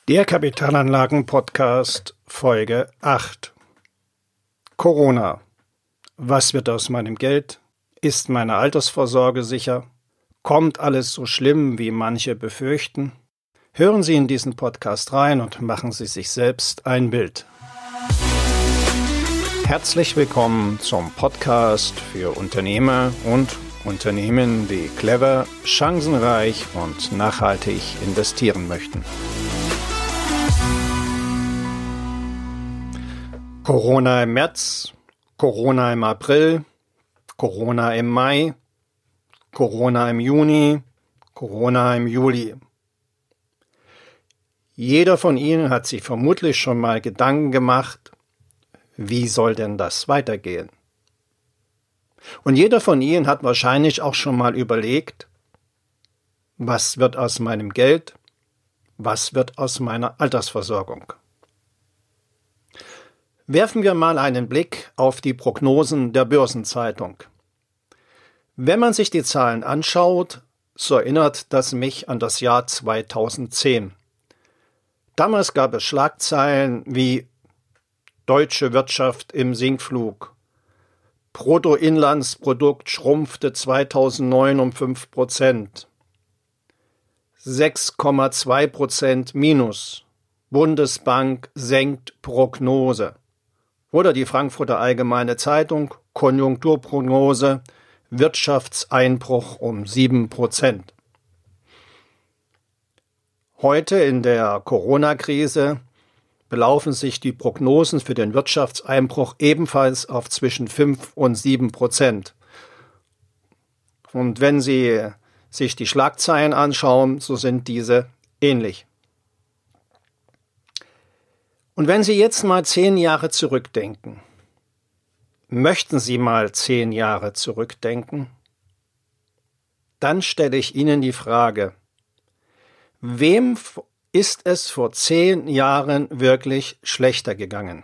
Der Kapitalanlagen-Podcast, Folge 8. Corona. Was wird aus meinem Geld? Ist meine Altersvorsorge sicher? Kommt alles so schlimm, wie manche befürchten? Hören Sie in diesen Podcast rein und machen Sie sich selbst ein Bild. Herzlich willkommen zum Podcast für Unternehmer und Unternehmen, die clever, chancenreich und nachhaltig investieren möchten. Corona im März, Corona im April, Corona im Mai, Corona im Juni, Corona im Juli. Jeder von Ihnen hat sich vermutlich schon mal Gedanken gemacht, wie soll denn das weitergehen? Und jeder von Ihnen hat wahrscheinlich auch schon mal überlegt, was wird aus meinem Geld, was wird aus meiner Altersversorgung? Werfen wir mal einen Blick auf die Prognosen der Börsenzeitung. Wenn man sich die Zahlen anschaut, so erinnert das mich an das Jahr 2010. Damals gab es Schlagzeilen wie Deutsche Wirtschaft im Sinkflug, Bruttoinlandsprodukt schrumpfte 2009 um 5%, 6,2% Minus, Bundesbank senkt Prognose. Oder die Frankfurter Allgemeine Zeitung, Konjunkturprognose, Wirtschaftseinbruch um 7%. Heute in der Corona-Krise belaufen sich die Prognosen für den Wirtschaftseinbruch ebenfalls auf zwischen 5 und 7%. Und wenn Sie sich die Schlagzeilen anschauen, so sind diese ähnlich. Und wenn Sie jetzt mal 10 Jahre zurückdenken, möchten Sie mal 10 Jahre zurückdenken? Dann stelle ich Ihnen die Frage, wem ist es vor 10 Jahren wirklich schlechter gegangen?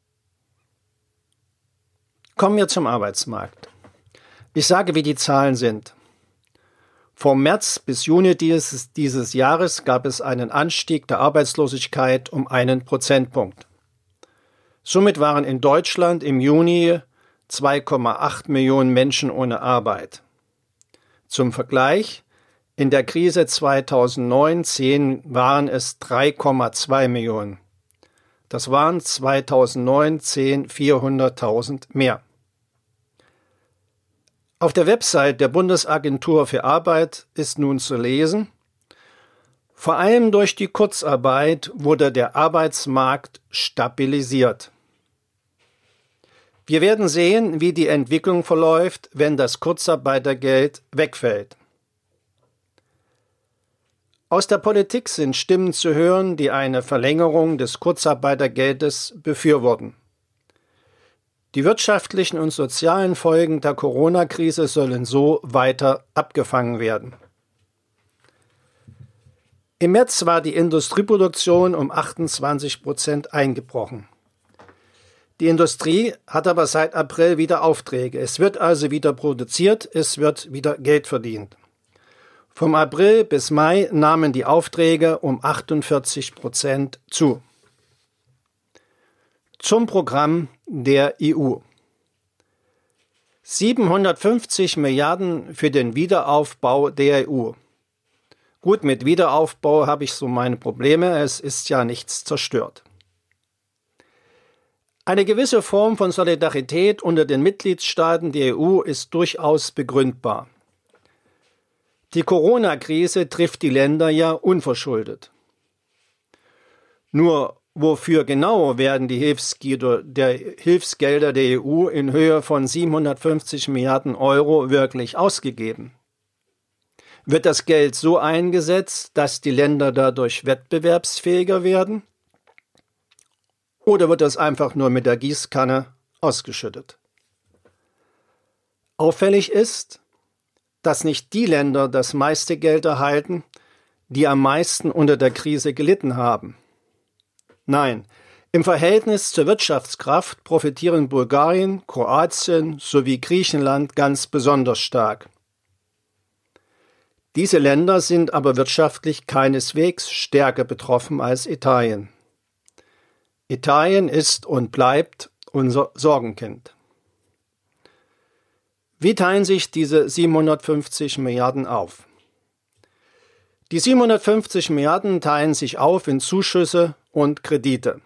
Kommen wir zum Arbeitsmarkt. Ich sage, wie die Zahlen sind. Vom März bis Juni dieses Jahres gab es einen Anstieg der Arbeitslosigkeit um 1 Prozentpunkt. Somit waren in Deutschland im Juni 2,8 Millionen Menschen ohne Arbeit. Zum Vergleich, in der Krise 2009-10 waren es 3,2 Millionen. Das waren 2009-10 400.000 mehr. Auf der Website der Bundesagentur für Arbeit ist nun zu lesen, vor allem durch die Kurzarbeit wurde der Arbeitsmarkt stabilisiert. Wir werden sehen, wie die Entwicklung verläuft, wenn das Kurzarbeitergeld wegfällt. Aus der Politik sind Stimmen zu hören, die eine Verlängerung des Kurzarbeitergeldes befürworten. Die wirtschaftlichen und sozialen Folgen der Corona-Krise sollen so weiter abgefangen werden. Im März war die Industrieproduktion um 28% eingebrochen. Die Industrie hat aber seit April wieder Aufträge. Es wird also wieder produziert, es wird wieder Geld verdient. Vom April bis Mai nahmen die Aufträge um 48% zu. Zum Programm der EU. 750 Milliarden für den Wiederaufbau der EU. Gut, mit Wiederaufbau habe ich so meine Probleme, es ist ja nichts zerstört. Eine gewisse Form von Solidarität unter den Mitgliedstaaten der EU ist durchaus begründbar. Die Corona-Krise trifft die Länder ja unverschuldet. Nur wofür genau werden die Hilfsgelder der EU in Höhe von 750 Milliarden Euro wirklich ausgegeben? Wird das Geld so eingesetzt, dass die Länder dadurch wettbewerbsfähiger werden? Oder wird es einfach nur mit der Gießkanne ausgeschüttet? Auffällig ist, dass nicht die Länder das meiste Geld erhalten, die am meisten unter der Krise gelitten haben. Nein, im Verhältnis zur Wirtschaftskraft profitieren Bulgarien, Kroatien sowie Griechenland ganz besonders stark. Diese Länder sind aber wirtschaftlich keineswegs stärker betroffen als Italien. Italien ist und bleibt unser Sorgenkind. Wie teilen sich diese 750 Milliarden auf? Die 750 Milliarden teilen sich auf in Zuschüsse und Kredite.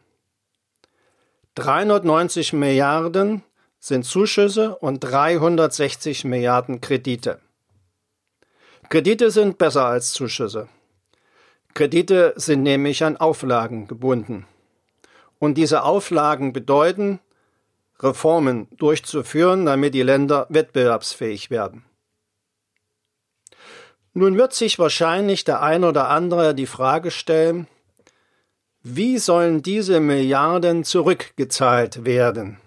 390 Milliarden sind Zuschüsse und 360 Milliarden Kredite. Kredite sind besser als Zuschüsse. Kredite sind nämlich an Auflagen gebunden. Und diese Auflagen bedeuten, Reformen durchzuführen, damit die Länder wettbewerbsfähig werden. Nun wird sich wahrscheinlich der ein oder andere die Frage stellen, wie sollen diese Milliarden zurückgezahlt werden?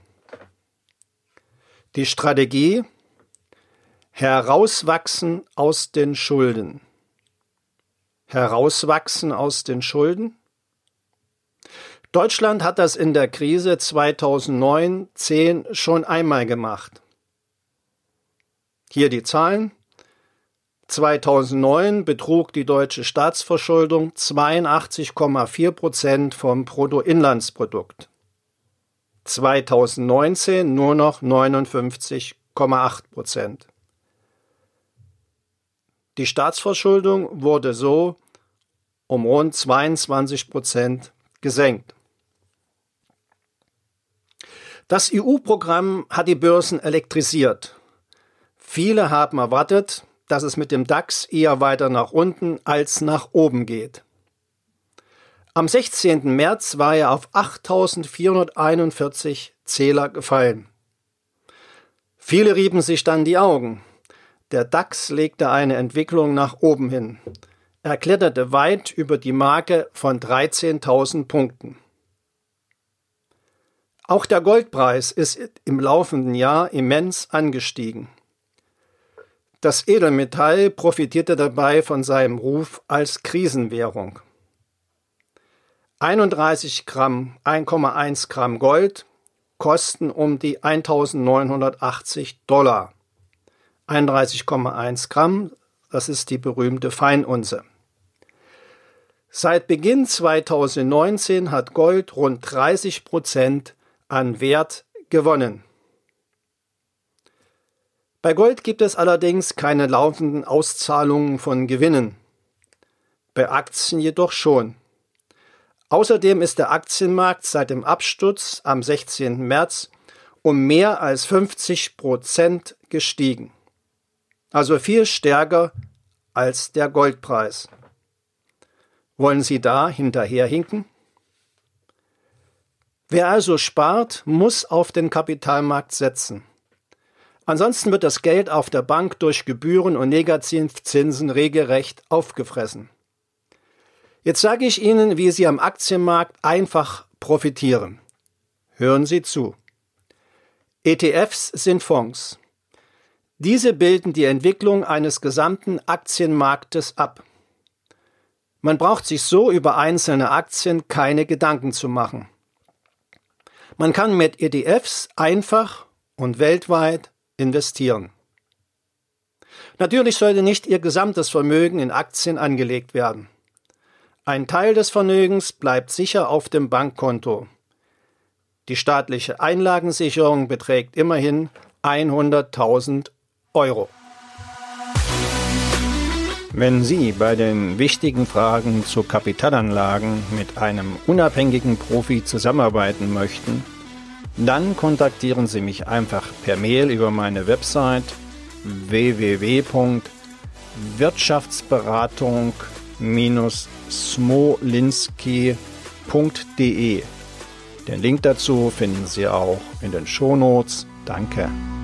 Die Strategie: Herauswachsen aus den Schulden. Herauswachsen aus den Schulden? Deutschland hat das in der Krise 2009-10 schon einmal gemacht. Hier die Zahlen. 2009 betrug die deutsche Staatsverschuldung 82,4% vom Bruttoinlandsprodukt. 2019 nur noch 59,8%. Die Staatsverschuldung wurde so um rund 22% gesenkt. Das EU-Programm hat die Börsen elektrisiert. Viele haben erwartet, dass es mit dem DAX eher weiter nach unten als nach oben geht. Am 16. März war er auf 8.441 Zähler gefallen. Viele rieben sich dann die Augen. Der DAX legte eine Entwicklung nach oben hin. Er kletterte weit über die Marke von 13.000 Punkten. Auch der Goldpreis ist im laufenden Jahr immens angestiegen. Das Edelmetall profitierte dabei von seinem Ruf als Krisenwährung. 1,1 Gramm Gold kosten um die $1.980. 31,1 Gramm, das ist die berühmte Feinunze. Seit Beginn 2019 hat Gold rund 30% an Wert gewonnen. Bei Gold gibt es allerdings keine laufenden Auszahlungen von Gewinnen. Bei Aktien jedoch schon. Außerdem ist der Aktienmarkt seit dem Absturz am 16. März um mehr als 50% gestiegen. Also viel stärker als der Goldpreis. Wollen Sie da hinterherhinken? Wer also spart, muss auf den Kapitalmarkt setzen. Ansonsten wird das Geld auf der Bank durch Gebühren und Negativzinsen regelrecht aufgefressen. Jetzt sage ich Ihnen, wie Sie am Aktienmarkt einfach profitieren. Hören Sie zu. ETFs sind Fonds. Diese bilden die Entwicklung eines gesamten Aktienmarktes ab. Man braucht sich so über einzelne Aktien keine Gedanken zu machen. Man kann mit ETFs einfach und weltweit investieren. Natürlich sollte nicht Ihr gesamtes Vermögen in Aktien angelegt werden. Ein Teil des Vermögens bleibt sicher auf dem Bankkonto. Die staatliche Einlagensicherung beträgt immerhin 100.000 Euro. Wenn Sie bei den wichtigen Fragen zu Kapitalanlagen mit einem unabhängigen Profi zusammenarbeiten möchten, dann kontaktieren Sie mich einfach per Mail über meine Website www.wirtschaftsberatung-smolinski.de. Den Link dazu finden Sie auch in den Shownotes. Danke.